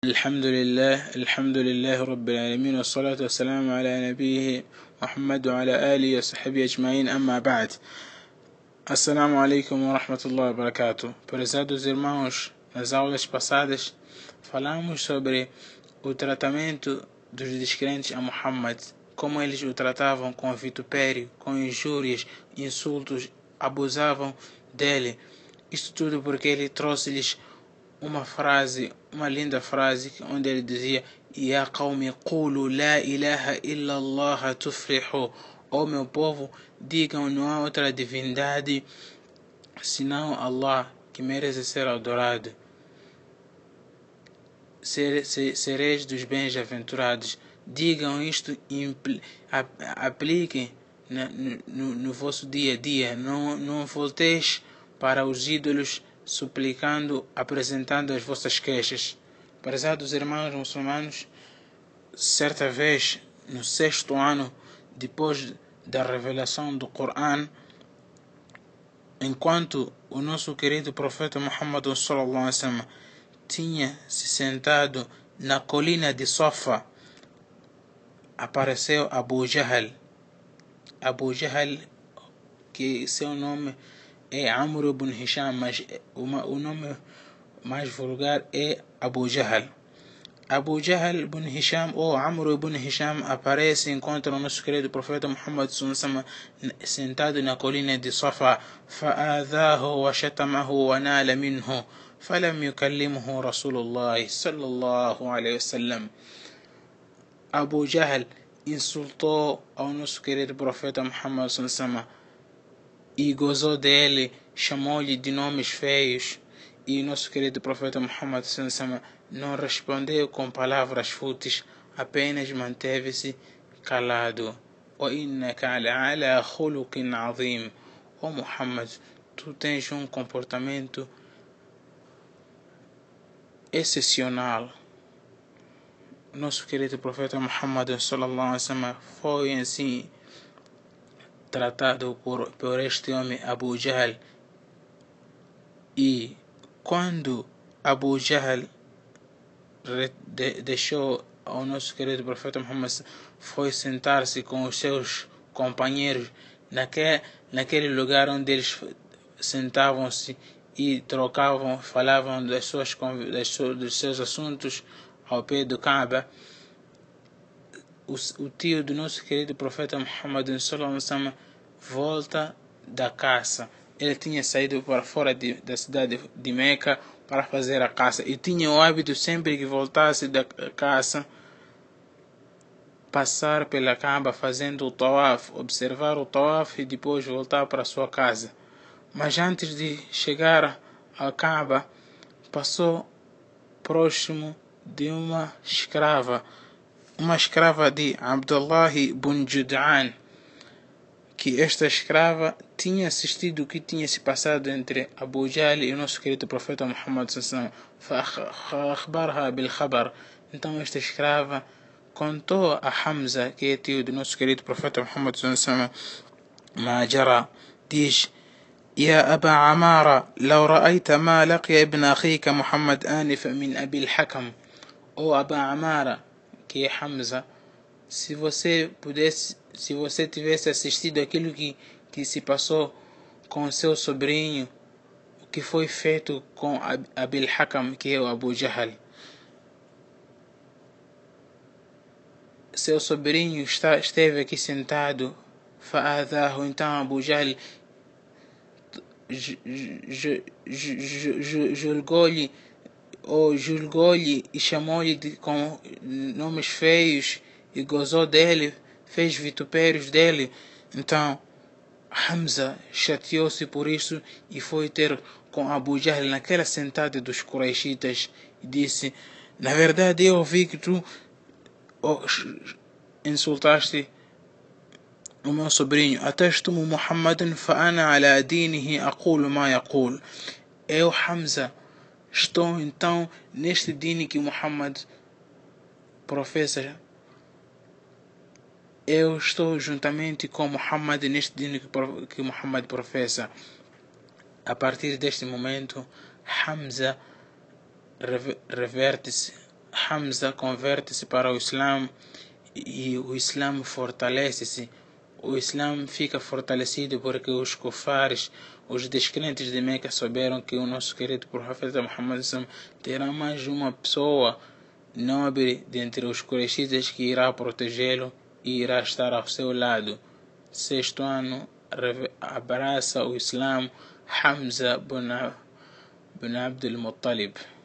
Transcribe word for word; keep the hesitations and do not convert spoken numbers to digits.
الحمد لله الحمد لله رب العالمين والصلاة والسلام على نبيه محمد وعلى آله وصحبه أجمعين أما بعد. Assalamu alaikum wa rahmatullahi wa barakatuh. Prezados irmãos, nas aulas passadas falamos sobre o tratamento dos descrentes a Muhammad, como eles o tratavam com vitupério, com injúrias, insultos, abusavam dele. Isto tudo porque ele trouxe-lhes uma frase, uma linda frase, onde ele dizia: Ya qawmi qulu la ilaha illa Allah tuflihu. Ó meu povo, digam, não há outra divindade senão Allah, que merece ser adorado. Ser, ser, sereis dos bem-aventurados. Digam isto, impl, apliquem no, no, no vosso dia a dia. Não, não volteis para os ídolos suplicando, apresentando as vossas queixas. Prezados irmãos muçulmanos, certa vez, no sexto ano depois da revelação do Corão, enquanto o nosso querido profeta Muhammad sallallahu alaihi wasallam tinha se sentado na colina de Safa, apareceu Abu Jahl. Abu Jahl, que seu nome é Amr ibn Hisham, mas o nome mais vulgar é Abu Jahl. Abu Jahl ibn Hisham ou Amr ibn Hisham aparece e encontra o nosso querido profeta Muhammad sallallahu alaihi wasallam sentado na colina de Safa. فآذاه وشتمه ونال منه فلم يكلمه رسول الله صلى الله عليه وسلم. Abu Jahl insultou ao nosso querido profeta Muhammad sallallahu alaihi wasallam e gozou dele, chamou-lhe de nomes feios, e nosso querido profeta Muhammad sallallahu alaihi wasallam não respondeu com palavras fúteis, apenas manteve-se calado. وَإِنَّكَ لَعَلَى خُلُقٍ عَظِيمٍ. Ó Muhammad, tu tens um comportamento excepcional. Nosso querido profeta Muhammad sallallahu alaihi wasallam foi assim tratado por, por este homem Abu Jahl. E quando Abu Jahl deixou o nosso querido profeta Muhammad, foi sentar-se com os seus companheiros naquele, naquele lugar onde eles sentavam-se e trocavam, falavam das suas, das suas, dos seus assuntos ao pé do Kaaba. O, o tio do nosso querido profeta Muhammad sallallahu alaihi wasallam volta da caça. Ele tinha saído para fora de, da cidade de Meca para fazer a caça e tinha o hábito, sempre que voltasse da caça, passar pela Kaaba fazendo o tawaf, observar o tawaf e depois voltar para sua casa. Mas antes de chegar à Kaaba, passou próximo de uma escrava, uma escrava de Abdullah ibn Jud'an, que esta escrava tinha assistido o que tinha se passado entre Abu Jahl e o nosso querido profeta Muhammad sallallahu alaihi wasallam. Então esta escrava contou a Hamza, que é tio do nosso querido profeta Muhammad sallallahu alaihi wasallam, ma jara. Diz: يا أبا عمارة لو رأيت ما لقي ابن أخيك محمد آنف من أبي الحكم. Ou Abu Amara, que é Hamza, se você pudesse, se você tivesse assistido aquilo que, que se passou com seu sobrinho, o que foi feito com Abil Hakam, que é o Abu Jahl. Seu sobrinho está, esteve aqui sentado, فآذاه. Então Abu Jahl julgou-lhe ou julgou-lhe e chamou-lhe com nomes feios e gozou dele, fez vitupérios dele. Então Hamza chateou-se por isso e foi ter com Abu Jahl naquela sentada dos Quraishitas e disse: na verdade eu ouvi que tu oh, insultaste o meu sobrinho. Atastumu Muhammadan fa ana ala dinihi aqulu ma yaqul. Eu, Hamza, estou então neste dini que Muhammad professa. Eu estou juntamente com Muhammad neste dini que Muhammad professa. A partir deste momento, Hamza reverte-se Hamza converte-se para o Islã e o Islã fortalece-se. O Islã fica fortalecido porque os kufares, os descrentes de Meca, souberam que o nosso querido profeta Muhammad terá mais uma pessoa nobre dentre os Quraishitas que irá protegê-lo e irá estar ao seu lado. Sexto ano, abraça o Islã Hamza bin Abdul Muttalib.